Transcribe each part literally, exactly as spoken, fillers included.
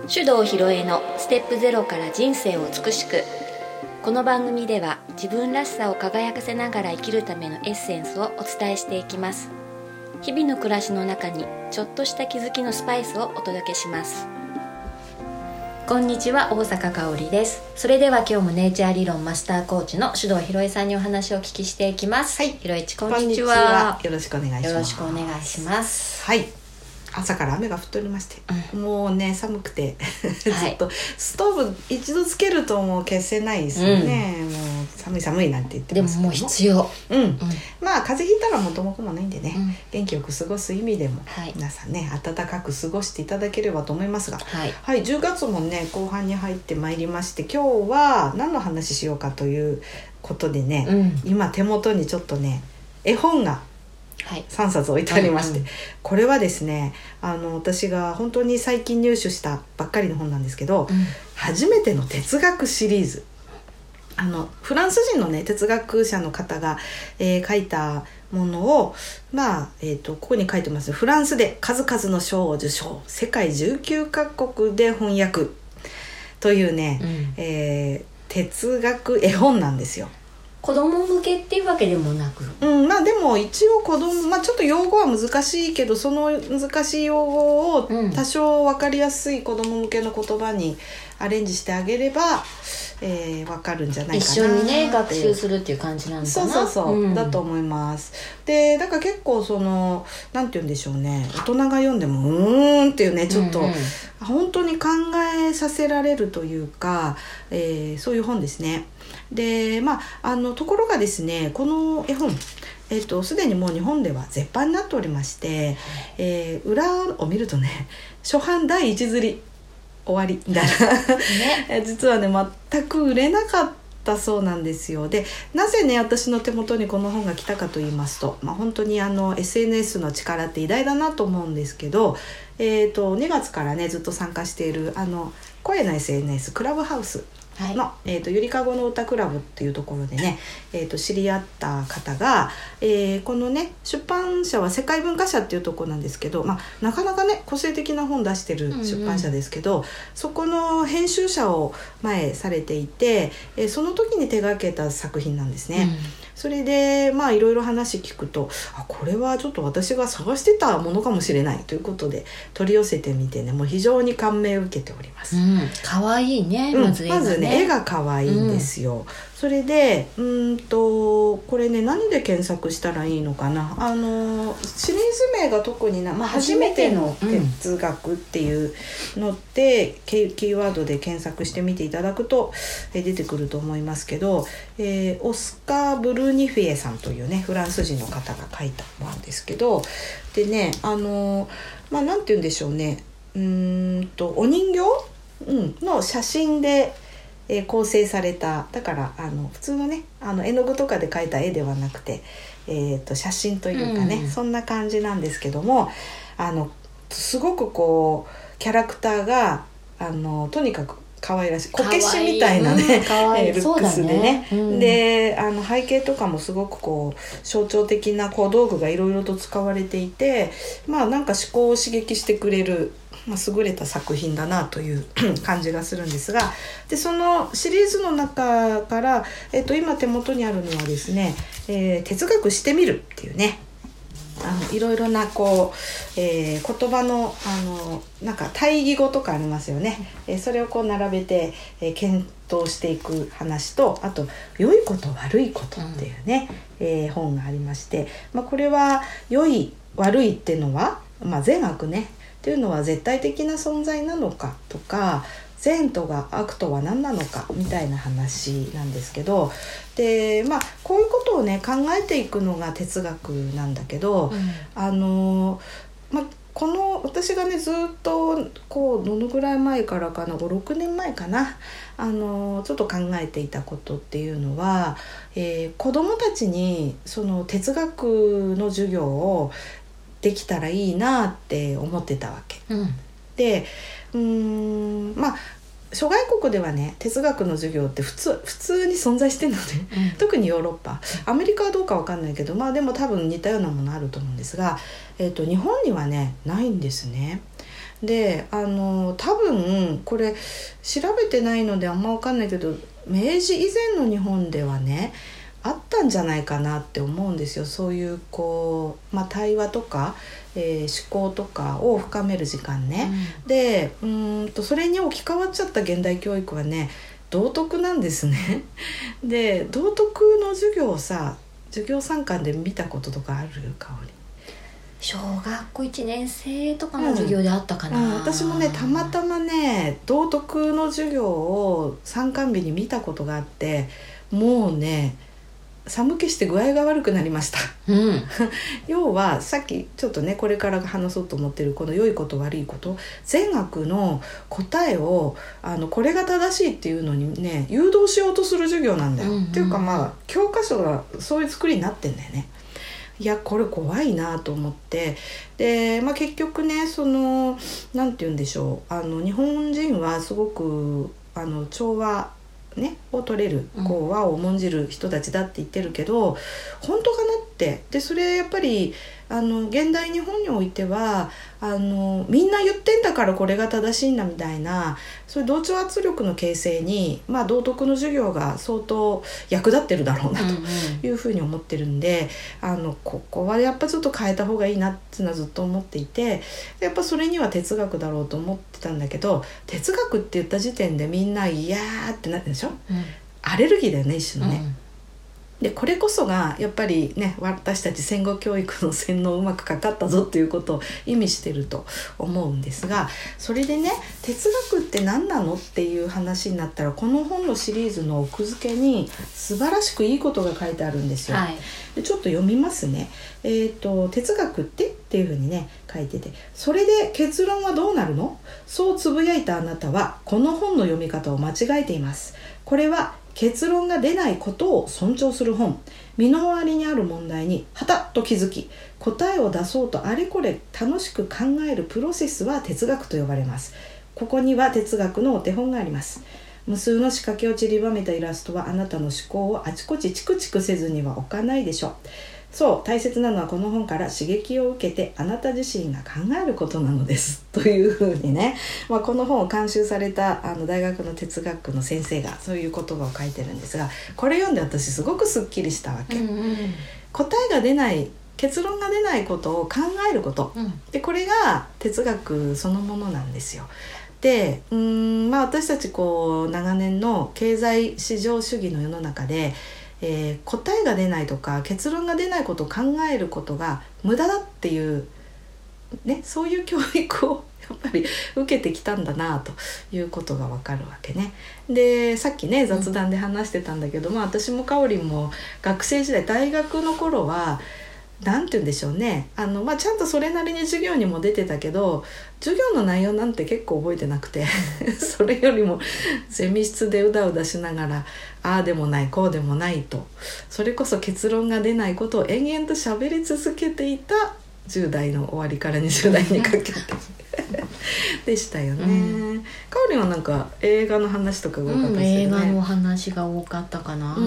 手動ひろえのステップゼロから人生を美しく。この番組では自分らしさを輝かせながら生きるためのエッセンスをお伝えしていきます。日々の暮らしの中にちょっとした気づきのスパイスをお届けします。こんにちは、大阪香織です。それでは今日もネイチャー理論マスターコーチの手動ひろえさんにお話をお聞きしていきます。 はい、 ひろえち、こんにちは。 よろしくお願いします。 よろしくお願いします。 はい、朝から雨が降っておりまして、うん、もうね寒くてずっとストーブ一度つけるともう消せないですよね、うん、もう寒い寒いなんて言ってますけども、 でももう必要、 うんうん、まあ風邪ひいたら元も子もないんでね、うん、元気よく過ごす意味でも、はい、皆さんね暖かく過ごしていただければと思いますが、はい、はい、じゅうがつもね後半に入ってまいりまして、今日は何の話しようかということでね、うん、今手元にちょっとね絵本がさんさつ置いてありまして、うんうん、これはですねあの私が本当に最近入手したばっかりの本なんですけど、うん、初めての哲学シリーズ、あのフランス人の、ね、哲学者の方が、えー、書いたものを、まあえーと、ここに書いてます。フランスで数々の賞を受賞、世界じゅうきゅうかこくで翻訳というね、うんえー、哲学絵本なんですよ。 子供向けっていうわけでもなく、 うん、まあでも一応子供、まあちょっと用語は難しいけど、その難しい用語を多少分かりやすい子供向けの言葉にアレンジしてあげれば、えー、分かるんじゃないかな。 一緒にね学習するっていう感じなのかな。 そうそうそう、うん、だと思います。でだから結構そのなんて言うんでしょうね、大人が読んでもうーんっていうねちょっと、うんうん、本当に考えさせられるというか、えー、そういう本ですね。でまああのところがですね、この絵本えっと、すでにもう日本では絶版になっておりまして、えー、裏を見るとね初版だいいち刷り終わりみたいな、ね、実はね全く売れなかったそうなんですよ。でなぜね私の手元にこの本が来たかと言いますと、まあ、本当にあの エスエヌエス の力って偉大だなと思うんですけど、えー、とにがつからねずっと参加しているあの声の エスエヌエス クラブハウスの、はいえー、とゆりかごの歌クラブっていうところでね、えー、と知り合った方が、えー、このね出版社は世界文化社っていうところなんですけど、まあ、なかなかね個性的な本出してる出版社ですけど、うんうん、そこの編集者を前されていて、えー、その時に手掛けた作品なんですね、うん、それでまあいろいろ話聞くと、あこれはちょっと私が探してたものかもしれないということで取り寄せてみてね、もう非常に感銘を受けております。 かわいいね、 まず絵がね、まずね絵がかわいいんですよ、うん、それでうーんとこれね何で検索したらいいのかな、あのシリーズ名が特にな、まあ、初めての哲学っていうので、うん、キーワードで検索してみていただくとえ出てくると思いますけど、えー、オスカー・ブルニフィエさんというねフランス人の方が書いた本ですけど、でねあのまあなんて言うんでしょうね、うーんとお人形、うん、の写真でえー、構成された、だからあの普通のねあの絵の具とかで描いた絵ではなくて、えー、と写真というかね、うん、そんな感じなんですけども、あのすごくこうキャラクターがあのとにかく可愛らしい、こけしみたいなね、うん、可愛いルックスでね、ね、うん、であの背景とかもすごくこう象徴的な小道具がいろいろと使われていて、まあなんか思考を刺激してくれる、まあ、優れた作品だなという感じがするんですが、でそのシリーズの中から、えっと、今手元にあるのはですね、えー、哲学してみるっていうね、あのいろいろなこう、えー、言葉の、あのなんか対義語とかありますよね、えー、それをこう並べて、えー、検討していく話と、あと良いこと悪いことっていうね、うんえー、本がありまして、まあ、これは良い悪いっていうのは、まあ、善悪ねっていうのは絶対的な存在なのかとか、善とか悪とは何なのかみたいな話なんですけど、で、まあ、こういうことをね考えていくのが哲学なんだけど、うん、あのまあこの私がねずっとこうどのぐらい前からかな、ごろくねんまえかな、あのちょっと考えていたことっていうのは、えー、子どもたちにその哲学の授業をできたらいいなって思ってたわけ、うん、でうーんまあ諸外国ではね哲学の授業って普通普通に存在してるので、うん、特にヨーロッパ、アメリカはどうか分かんないけど、まあでも多分似たようなものあると思うんですが、えーと、日本にはねないんですね。であの多分これ調べてないのであんま分かんないけど、明治以前の日本ではねあったんじゃないかなって思うんですよ。そういうこう、まあ、対話とか、えー、思考とかを深める時間ね、うん、でうーんとそれに置き換わっちゃった現代教育はね道徳なんですね。で道徳の授業をさ授業参観で見たこととかある？かおり小学校いちねん生とかの授業であったかな、 うんうん、私もねたまたまね道徳の授業を参観日に見たことがあって、もうね寒気して具合が悪くなりました、うん、要はさっきちょっとねこれから話そうと思ってるこの良いこと悪いこと善悪の答えをあのこれが正しいっていうのにね誘導しようとする授業なんだよ、うんうん、っていうかまあ教科書がそういう作りになってんだよね。いやこれ怖いなと思って、で、まあ、結局ねそのなんて言うんでしょう、あの日本人はすごくあの調和ね、を取れるこう和を重んじる人たちだって言ってるけど、うん、本当かなって。でそれやっぱりあの現代日本においてはあのみんな言ってんだからこれが正しいんだみたいな、そういう同調圧力の形成に、まあ、道徳の授業が相当役立ってるだろうなというふうに思ってるんで、うんうん、あのここはやっぱちょっと変えた方がいいなっていうのはずっと思っていて、やっぱそれには哲学だろうと思ってたんだけど、哲学って言った時点でみんないやーってなってるでしょ、うん、アレルギーだよね一種のね、うん、でこれこそがやっぱりね私たち戦後教育の洗脳うまくかかったぞっていうことを意味してると思うんですが、それでね哲学って何なのっていう話になったら、この本のシリーズの奥付けに素晴らしくいいことが書いてあるんですよ、はい、でちょっと読みますね。えーと、哲学ってっていうふうにね書いてて、それで結論はどうなるの？そうつぶやいたあなたはこの本の読み方を間違えています。これは結論が出ないことを尊重する本。身の回りにある問題にはたっと気づき、答えを出そうとあれこれ楽しく考えるプロセスは哲学と呼ばれます。ここには哲学のお手本があります。無数の仕掛けを散りばめたイラストはあなたの思考をあちこちチクチクせずには置かないでしょう。そう大切なのはこの本から刺激を受けてあなた自身が考えることなのですというふうにね、まあ、この本を監修されたあの大学の哲学の先生がそういう言葉を書いてるんですが、これ読んで私すごくすっきりしたわけ、うんうん、答えが出ない結論が出ないことを考えること、うん、でこれが哲学そのものなんですよ。でうーん、まあ、私たちこう長年の経済市場主義の世の中でえー、答えが出ないとか結論が出ないことを考えることが無駄だっていう、ね、そういう教育をやっぱり受けてきたんだなということがわかるわけね。でさっきね雑談で話してたんだけど、うん、まあ、私もかおりんも学生時代大学の頃はなんて言うんでしょうね、あの、まあ、ちゃんとそれなりに授業にも出てたけど授業の内容なんて結構覚えてなくてそれよりもゼミ室でうだうだしながらああでもないこうでもないと、それこそ結論が出ないことを延々と喋り続けていたじゅう代の終わりからにじゅう代にかけてでしたよね、うん、かおりんはなんか映画の話とかが多かったですよね、 うん、映画の話が多かったかな、 うん、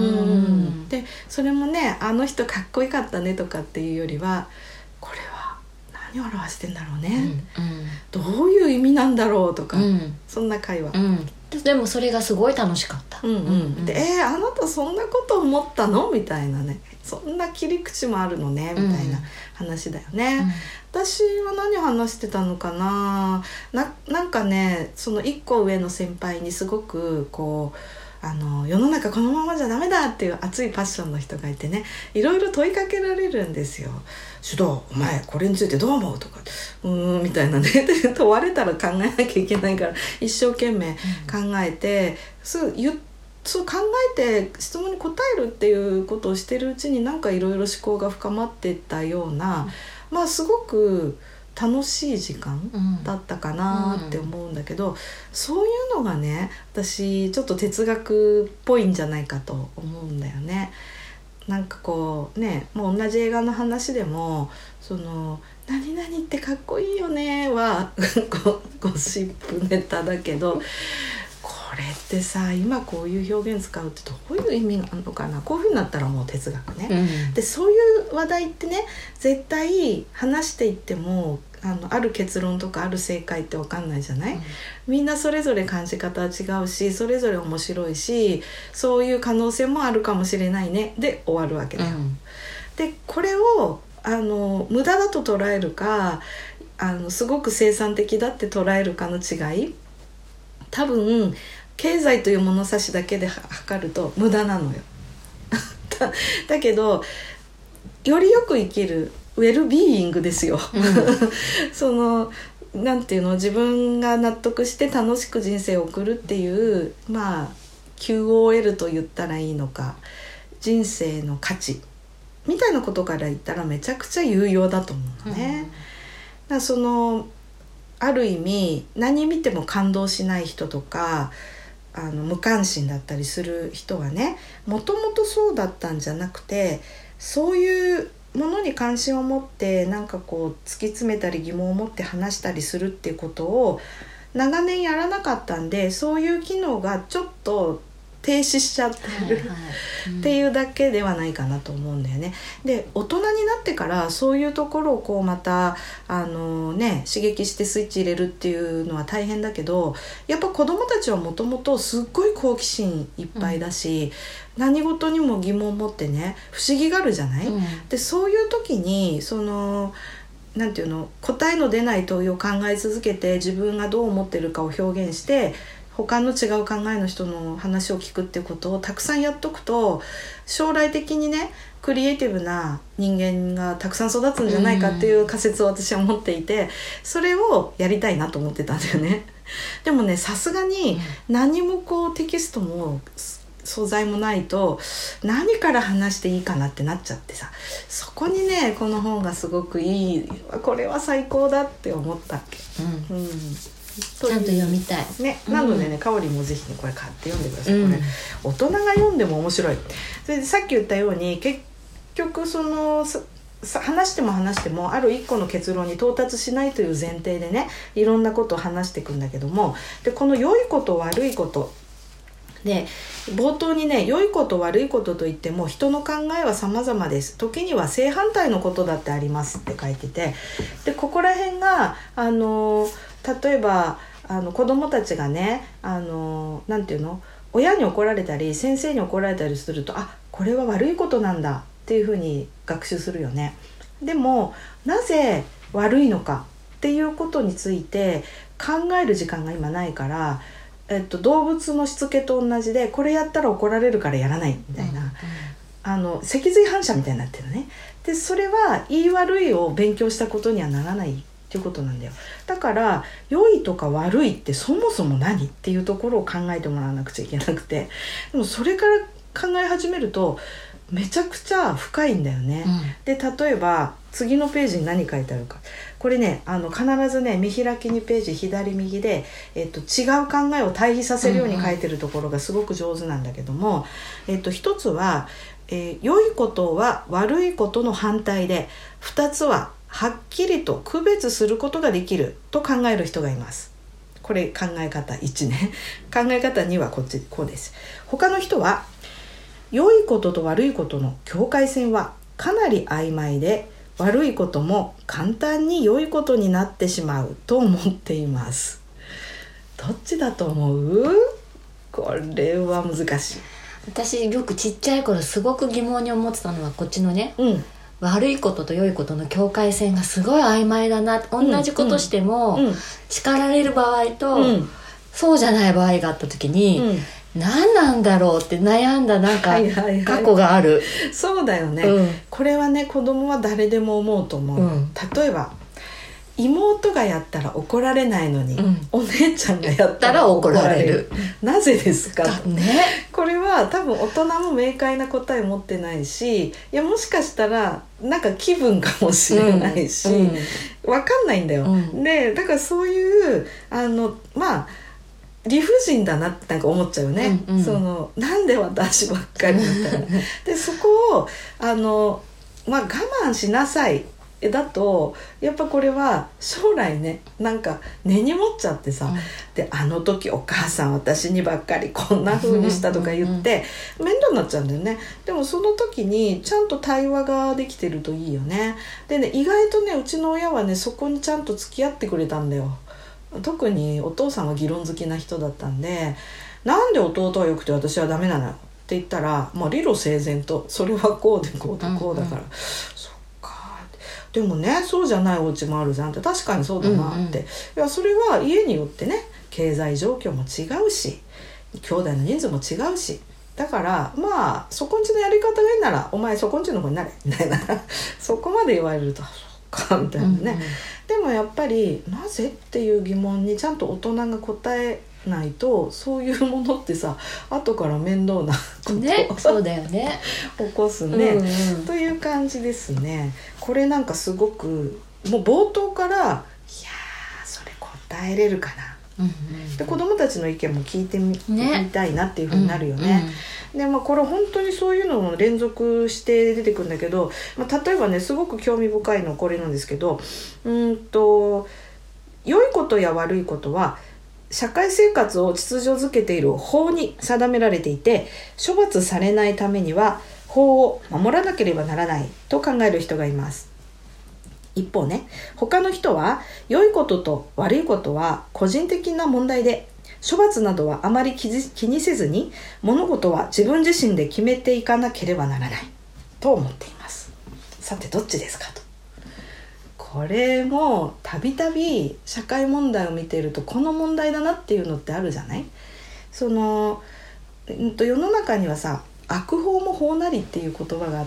でそれもねあの人かっこよかったねとかっていうよりはこれは何を表してんだろうね、うんうん、どういう意味なんだろうとか、うん、そんな会話、うん、 でもそれがすごい楽しかった、 うんうんうん、でえー、あなたそんなこと思ったのみたいなね、そんな切り口もあるのねみたいな話だよね、うんうん、私は何話してたのかな、な、なんかねその一個上の先輩にすごくこうあの世の中このままじゃダメだっていう熱いパッションの人がいてね、いろいろ問いかけられるんですよ。主導お前これについてどう思うとかうーんみたいなね問われたら考えなきゃいけないから一生懸命考えて、うん、そう言そう考えて質問に答えるっていうことをしてるうちになんかいろいろ思考が深まっていったような、うん、まあすごく楽しい時間だったかなって思うんだけど、うん、そういうのがね私ちょっと哲学っぽいんじゃないかと思うんだよね。なんかこうねもう同じ映画の話でもその何々ってかっこいいよねはゴシップネタだけどこれってさ今こういう表現使うってどういう意味があるのかな、こういう風になったらもう哲学ね、うん、でそういう話題ってね絶対話していってもあのある結論とかある正解って分かんないじゃない、うん、みんなそれぞれ感じ方は違うしそれぞれ面白いしそういう可能性もあるかもしれないねで終わるわけだよ、うん、でこれをあの無駄だと捉えるかあのすごく生産的だって捉えるかの違い、多分経済という物差しだけで測ると無駄なのよだ, だけどよりよく生きるウェルビーイングですよ、うん、そのなんていうの自分が納得して楽しく人生を送るっていうまあ キューオーエル と言ったらいいのか人生の価値みたいなことから言ったらめちゃくちゃ有用だと思うのね、うん、だからそのある意味何見ても感動しない人とかあの無関心だったりする人はねもともとそうだったんじゃなくてそういうものに関心を持ってなんかこう突き詰めたり疑問を持って話したりするっていうことを長年やらなかったんでそういう機能がちょっと停止しちゃってる、はいはいうん、っていうだけではないかなと思うんだよね。で大人になってからそういうところをこうまたあの、ね、刺激してスイッチ入れるっていうのは大変だけどやっぱ子どもたちはもともとすっごい好奇心いっぱいだし、うん、何事にも疑問を持ってね不思議があるじゃない、うん、でそういう時にそのなんていうの答えの出ない問いを考え続けて自分がどう思ってるかを表現して他の違う考えの人の話を聞くっていうことをたくさんやっとくと将来的にねクリエイティブな人間がたくさん育つんじゃないかっていう仮説を私は持っていてそれをやりたいなと思ってたんだよね。でもねさすがに何もこうテキストも素材もないと何から話していいかなってなっちゃってさそこにねこの本がすごくいいこれは最高だって思ったっけ、うんうんちゃんと読みたい、 ね、なのでね、かおりもぜひねこれ買って読んでください、うん、これ大人が読んでも面白い。それでさっき言ったように結局その話しても話してもある一個の結論に到達しないという前提でねいろんなことを話していくんだけどもでこの良いこと悪いことで冒頭にね良いこと悪いことといっても人の考えは様々です時には正反対のことだってありますって書いててでここら辺があの例えばあの子どもたちがねあのなんていうの親に怒られたり先生に怒られたりするとあこれは悪いことなんだっていうふうに学習するよね。でもなぜ悪いのかっていうことについて考える時間が今ないから、えっと、動物のしつけと同じでこれやったら怒られるからやらないみたいな、うんうん、あの脊髄反射みたいになってるね。でそれは言い悪いを勉強したことにはならないっていうことなんだよ。だから良いとか悪いってそもそも何っていうところを考えてもらわなくちゃいけなくてでもそれから考え始めるとめちゃくちゃ深いんだよね、うん、で例えば次のページに何書いてあるかこれねあの必ずね見開きにページ左右で、えっと、違う考えを対比させるように書いてるところがすごく上手なんだけども、うんうんえっと、一つは、えー、良いことは悪いことの反対で二つははっきりと区別することができると考える人がいます。これ考え方いちね。考え方にはこっちこうです。他の人は良いことと悪いことの境界線はかなり曖昧で悪いことも簡単に良いことになってしまうと思っています。どっちだと思う？これは難しい。 私よくちっちゃい頃すごく疑問に思ってたのはこっちのね、うん悪いことと良いことの境界線がすごい曖昧だな同じことしても、うんうん、叱られる場合と、うん、そうじゃない場合があった時に、うん、何なんだろうって悩んだなんか過去がある、はいはいはい、 そうだよね、うん、これはね子供は誰でも思うと思う、うん、例えば妹がやったら怒られないのに、うん、お姉ちゃんがやったら怒られるなぜですか、ね、これは多分大人も明快な答え持ってないしいやもしかしたらなんか気分かもしれないし、うんうん、分かんないんだよ、うん、でだからそういうあのまあ理不尽だなってなんか思っちゃうね、うんうん、そのなんで私ばっかりみたいなでそこをあの、まあ、我慢しなさいだとやっぱこれは将来ねなんか根に持っちゃってさ、うん、であの時お母さん私にばっかりこんな風にしたとか言って面倒になっちゃうんだよね。でもその時にちゃんと対話ができてるといいよね。でね意外とねうちの親はねそこにちゃんと付き合ってくれたんだよ。特にお父さんは議論好きな人だったんで、なんで弟は良くて私はダメなのよって言ったら、まあ、理路整然とそれはこうでこうでこうだから、うんうん、そっかでもねそうじゃないお家もあるじゃんって、確かにそうだなって、うんうん、いやそれは家によってね経済状況も違うし兄弟の人数も違うし、だからまあそこんちのやり方がいいならお前そこんちの方になれみたいなそこまで言われるとそっかみたいなね、うんうん、でもやっぱりなぜっていう疑問にちゃんと大人が答えないとそういうものってさ後から面倒なことを、 ね、そうだよね起こすね、うんうん、という感じですね。これなんかすごくもう冒頭からいやそれ答えれるかな、うんうん、で子どもたちの意見も聞いて み,、ね、みたいなっていう風になるよね、うんうん、でまあ、これ本当にそういうのも連続して出てくるんだけど、まあ、例えばねすごく興味深いのこれなんですけど、うんと良いことや悪いことは社会生活を秩序づけている法に定められていて、処罰されないためには法を守らなければならないと考える人がいます。一方ね、他の人は良いことと悪いことは個人的な問題で、処罰などはあまり気にせずに物事は自分自身で決めていかなければならないと思っています。さてどっちですかと。これもたびたび社会問題を見ているとこの問題だなっていうのってあるじゃない。その、うんと、世の中にはさ悪法も法なりっていう言葉があって、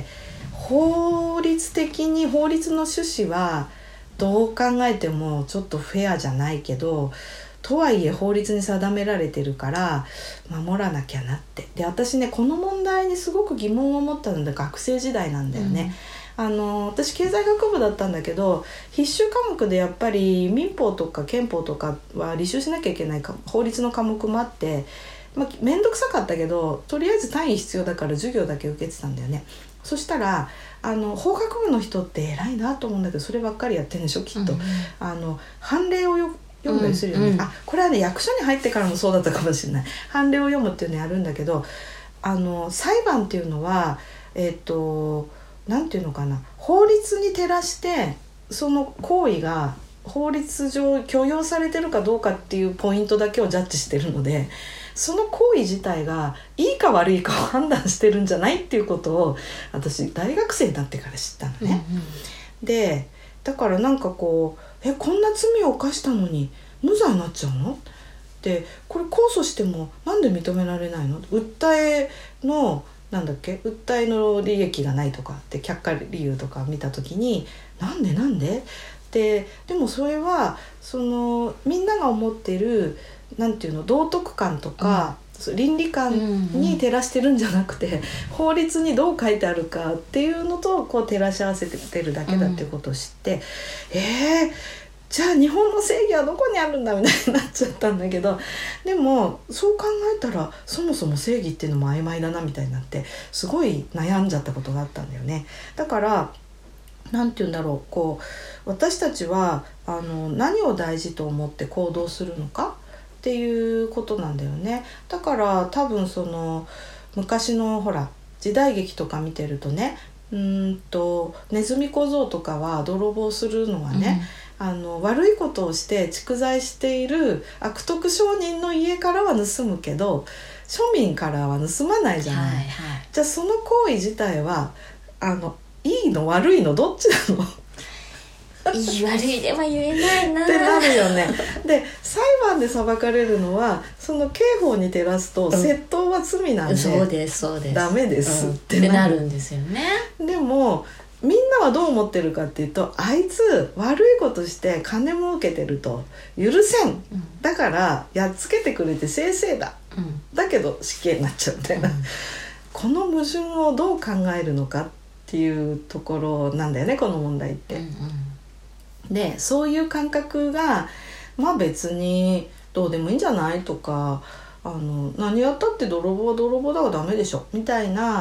法律的に法律の趣旨はどう考えてもちょっとフェアじゃないけど、とはいえ法律に定められてるから守らなきゃなって。で私ねこの問題にすごく疑問を持ったので学生時代なんだよね、うん、あの私経済学部だったんだけど必修科目でやっぱり民法とか憲法とかは履修しなきゃいけない法律の科目もあって、まあ、めんどくさかったけどとりあえず単位必要だから授業だけ受けてたんだよね。そしたらあの法学部の人って偉いなと思うんだけどそればっかりやってるんでしょきっと、うん、あの判例をよ読んだりするよね、うんうん、あこれはね役所に入ってからもそうだったかもしれない。判例を読むっていうのやるんだけど、あの裁判っていうのはえっとなんていうのかな、法律に照らしてその行為が法律上許容されてるかどうかっていうポイントだけをジャッジしてるので、その行為自体がいいか悪いかを判断してるんじゃないっていうことを私大学生になってから知ったのね、うんうん、でだからなんかこうえこんな罪を犯したのに無罪になっちゃうので、これ控訴してもなんで認められないの、訴えのなんだっけ訴えの利益がないとかって却下理由とか見た時になんでなんでででもそれはそのみんなが思ってるなんていうの道徳観とか、うん、倫理観に照らしてるんじゃなくて、うんうん、法律にどう書いてあるかっていうのとこう照らし合わせてるだけだっていうことを知って、うん、えーじゃあ日本の正義はどこにあるんだみたいになっちゃったんだけど、でもそう考えたらそもそも正義っていうのも曖昧だなみたいになってすごい悩んじゃったことがあったんだよね。だからなんて言うんだろう、こう私たちはあの何を大事と思って行動するのかっていうことなんだよね。だから多分その昔のほら時代劇とか見てるとね、うーんとネズミ小僧とかは泥棒するのはね、うん、あの悪いことをして蓄財している悪徳商人の家からは盗むけど庶民からは盗まないじゃない、はいはい、じゃあその行為自体はあのいいの悪いのどっちなのいい悪いでは言えないなってなるよね。で裁判で裁かれるのはその刑法に照らすと、うん、窃盗は罪なんでそうですそうですダメです、うん、ってなるんですよね。 でもみんなはどう思ってるかっていうとあいつ悪いことして金儲けてると許せん、うん、だからやっつけてくれて正々だ、うん、だけど死刑になっちゃうみたいな、うん、この矛盾をどう考えるのかっていうところなんだよねこの問題って、うんうん、でそういう感覚がまあ別にどうでもいいんじゃないとかあの何やったって泥棒は泥棒だからダメでしょみたいな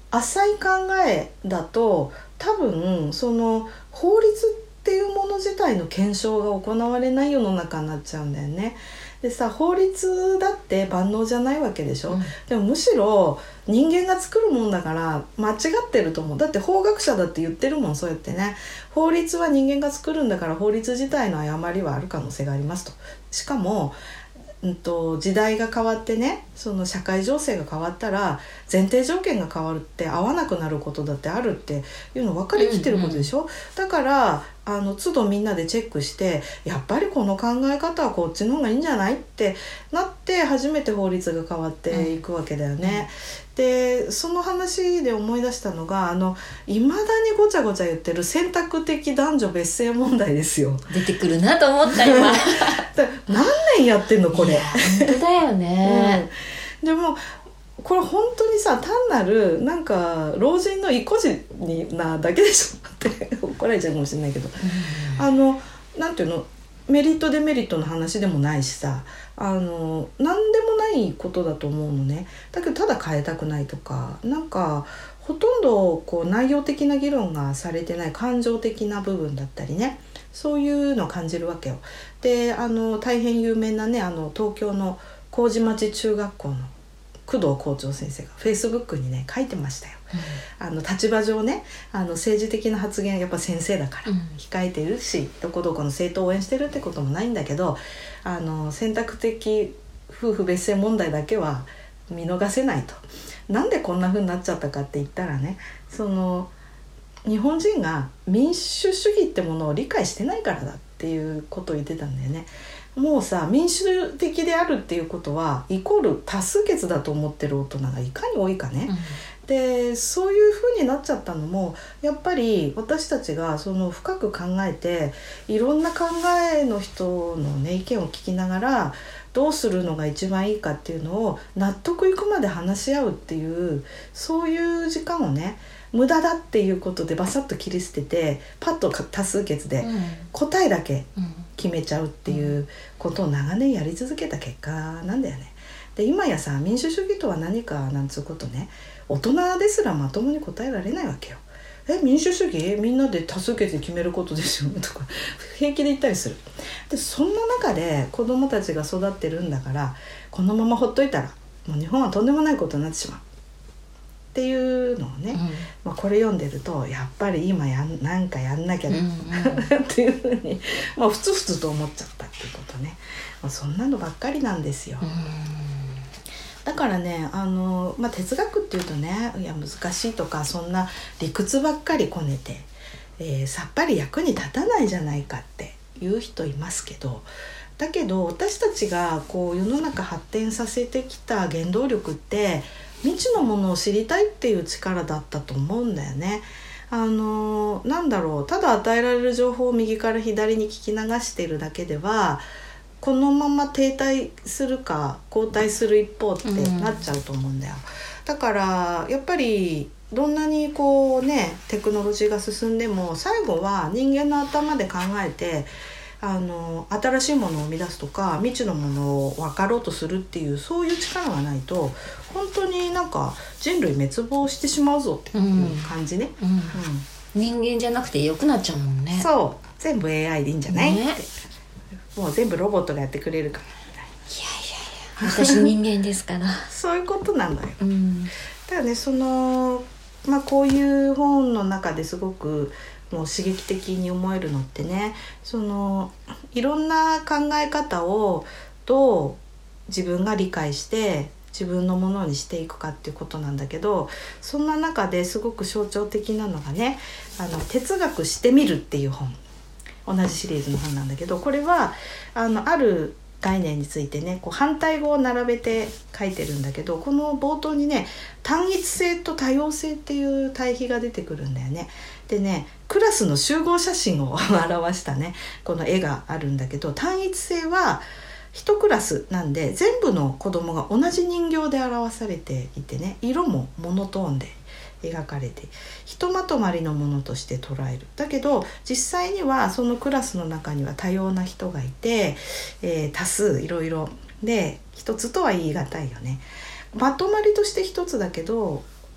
浅い考えだと多分その法律っていうもの自体の検証が行われない世の中になっちゃうんだよね。でさ、法律だって万能じゃないわけでしょ、うん、でもむしろ人間が作るもんだから間違ってると思う。だって法学者だって言ってるもん、そうやってね。法律は人間が作るんだから法律自体の誤りはある可能性がありますと。しかもうんと、時代が変わってね、その社会情勢が変わったら前提条件が変わるって合わなくなることだってあるっていうの分かりきってることでしょ、うんうん、だからあの都度みんなでチェックしてやっぱりこの考え方はこっちの方がいいんじゃないってなって初めて法律が変わっていくわけだよね、うん、でその話で思い出したのがあの未だにごちゃごちゃ言ってる選択的男女別姓問題ですよ。 出てくるなと思った今何年やってんのこれ。 いや本当だよね、 うん、でもこれ本当にさ単なるなんか老人の意固地なだけでしょって怒られちゃうかもしれないけど、うん、あのなんていうのメリットデメリットの話でもないしさ、あの何でもないことだと思うのね。だけどただ変えたくないとか、なんかほとんどこう内容的な議論がされてない感情的な部分だったりね、そういうのを感じるわけよ。であの大変有名なねあの東京の麹町中学校の工藤校長先生がフェイスブックにね書いてましたよ、うん、あの立場上ねあの政治的な発言やっぱ先生だから控えてるし、うん、どこどこの政党を応援してるってこともないんだけど、あの選択的夫婦別姓問題だけは見逃せないと。なんでこんな風になっちゃったかって言ったらね、その日本人が民主主義ってものを理解してないからだっていうことを言ってたんだよね。もうさ民主的であるっていうことはイコール多数決だと思ってる大人がいかに多いかね、うん、でそういう風になっちゃったのもやっぱり私たちがその深く考えていろんな考えの人の、ね、意見を聞きながらどうするのが一番いいかっていうのを納得いくまで話し合うっていうそういう時間をね無駄だっていうことでバサッと切り捨ててパッと多数決で答えだけ決めちゃうっていうことを長年やり続けた結果なんだよね。で今やさ民主主義とは何かなんつうことね大人ですらまともに答えられないわけよ。え民主主義みんなで多数決で決めることですよねとか平気で言ったりする。でそんな中で子供たちが育ってるんだからこのままほっといたらもう日本はとんでもないことになってしまうっていうのをね、うんまあ、これ読んでるとやっぱり今やんなんかやんなきゃな、うんうん、っていうふうに、まあ、ふつふつと思っちゃったっていうことね、まあ、そんなのばっかりなんですよ、うん、だからねあの、まあ、哲学っていうとねいや難しいとかそんな理屈ばっかりこねて、えー、さっぱり役に立たないじゃないかっていう人いますけど、だけど私たちがこう世の中発展させてきた原動力って未知のものを知りたいっていう力だったと思うんだよね。あのなんだろうただ与えられる情報を右から左に聞き流しているだけではこのまま停滞するか後退する一方ってなっちゃうと思うんだよ、うん、だからやっぱりどんなにこうねテクノロジーが進んでも最後は人間の頭で考えてあの新しいものを生み出すとか未知のものを分かろうとするっていうそういう力がないと本当になんか人類滅亡してしまうぞっていう感じね、うんうんうん、 人間じゃなくて良くなっちゃうもんね。 そう全部 エーアイ でいいんじゃない、ね、ってもう全部ロボットがやってくれるから。 いやいやいや私人間ですからそういうことなのよ、うん、だからねその、まあ、こういう本の中ですごくもう刺激的に思えるのってねそのいろんな考え方をどう自分が理解して自分のものにしていくかっていうことなんだけど、そんな中ですごく象徴的なのがねあの哲学してみるっていう本、同じシリーズの本なんだけど、これはあのある概念についてねこう反対語を並べて書いてるんだけど、この冒頭にね単一性と多様性っていう対比が出てくるんだよね。でねクラスの集合写真を表したねこの絵があるんだけど、単一性は一クラスなんで全部の子供が同じ人形で表されていてね色もモノトーンで描かれてひとまとまりのものとして捉える。だけど実際にはそのクラスの中には多様な人がいて、えー、多数いろいろで一つとは言い難いよね。まとまりとして一つだけど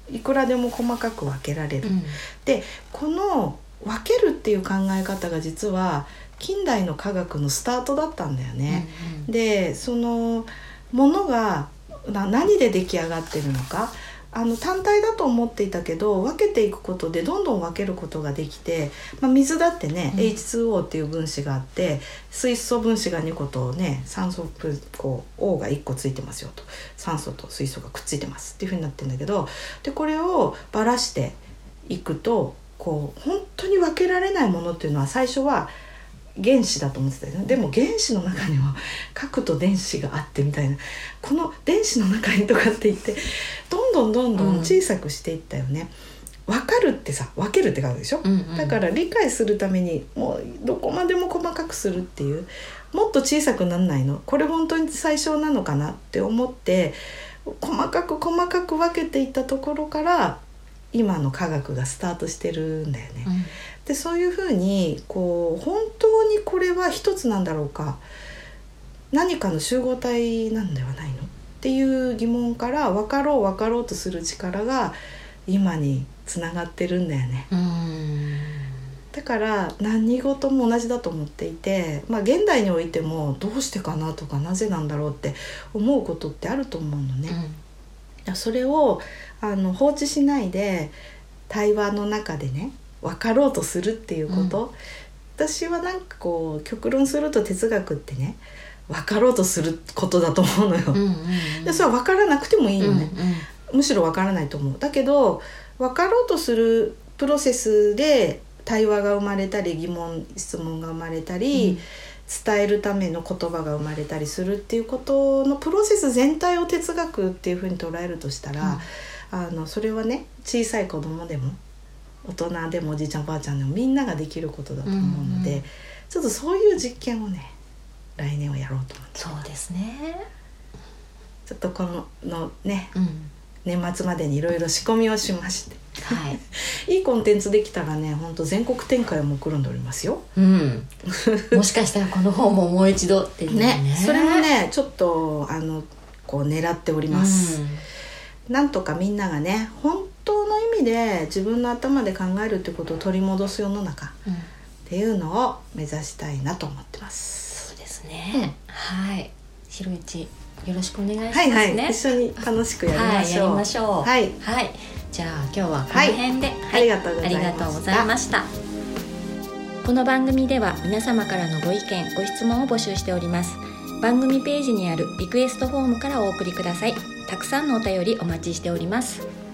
いくらでも細かく分けられる、うん、でこの分けるっていう考え方が実は近代の科学のスタートだったんだよね、うんうん、でそのものが何で出来上がってるのか、あの単体だと思っていたけど分けていくことでどんどん分けることができて、まあ、水だってね、うん、エイチツーオー っていう分子があって水素分子がにことね酸素こう O がいっこついてますよと、酸素と水素がくっついてますっていう風になってるんだけど、でこれをばらしていくとこう本当に分けられないものっていうのは最初は原子だと思ってたよね。でも原子の中には核と電子があってみたいな、この電子の中にとかって言ってどんどんどんどん小さくしていったよね、うん、分かるってさ分けるって書くでしょ、うんうん、だから理解するためにもうどこまでも細かくするっていう、もっと小さくなんないの、これ本当に最小なのかなって思って細かく細かく分けていったところから今の科学がスタートしてるんだよね、うん、でそういうふうにこう本当にこれは一つなんだろうか、何かの集合体なんではないのっていう疑問から分かろう分かろうとする力が今につながってるんだよね。うーん、だから何事も同じだと思っていて、まあ、現代においてもどうしてかなとかなぜなんだろうって思うことってあると思うのね、うん、それをあの放置しないで対話の中でね分かろうとするっていうこと、うん、私はなんかこう極論すると哲学ってね分かろうとすることだと思うのよ、うんうんうん、でそれは分からなくてもいいのね、うんうん、むしろ分からないと思う。だけど分かろうとするプロセスで対話が生まれたり疑問質問が生まれたり、うん、伝えるための言葉が生まれたりするっていうことのプロセス全体を哲学っていうふうに捉えるとしたら、うん、あのそれはね小さい子供でも大人でもおじいちゃんおばあちゃんでもみんなができることだと思うので、うんうん、ちょっとそういう実験をね来年はやろうと思って。 そうですね、 ちょっとこののね、うん、年末までにいろいろ仕込みをしまして、はい、いいコンテンツできたらね本当全国展開を目論んでおりますよ、 うん、もしかしたらこの本ももう一度っていう ね, ねそれもねちょっとあのこう狙っております、うん、なんとかみんながね本当の意味で自分の頭で考えるってことを取り戻す世の中、うん、っていうのを目指したいなと思ってます。 そうですね、うん、はいひろゆちよろしくお願いしますね。 はいはい、一緒に楽しくやりましょう。はい、やりましょう。はい、はい、じゃあ今日はこの辺で、はいはい、ありがとうございました。 ありがとうございました。この番組では皆様からのご意見ご質問を募集しております。番組ページにあるリクエストフォームからお送りください。たくさんのお便りお待ちしております。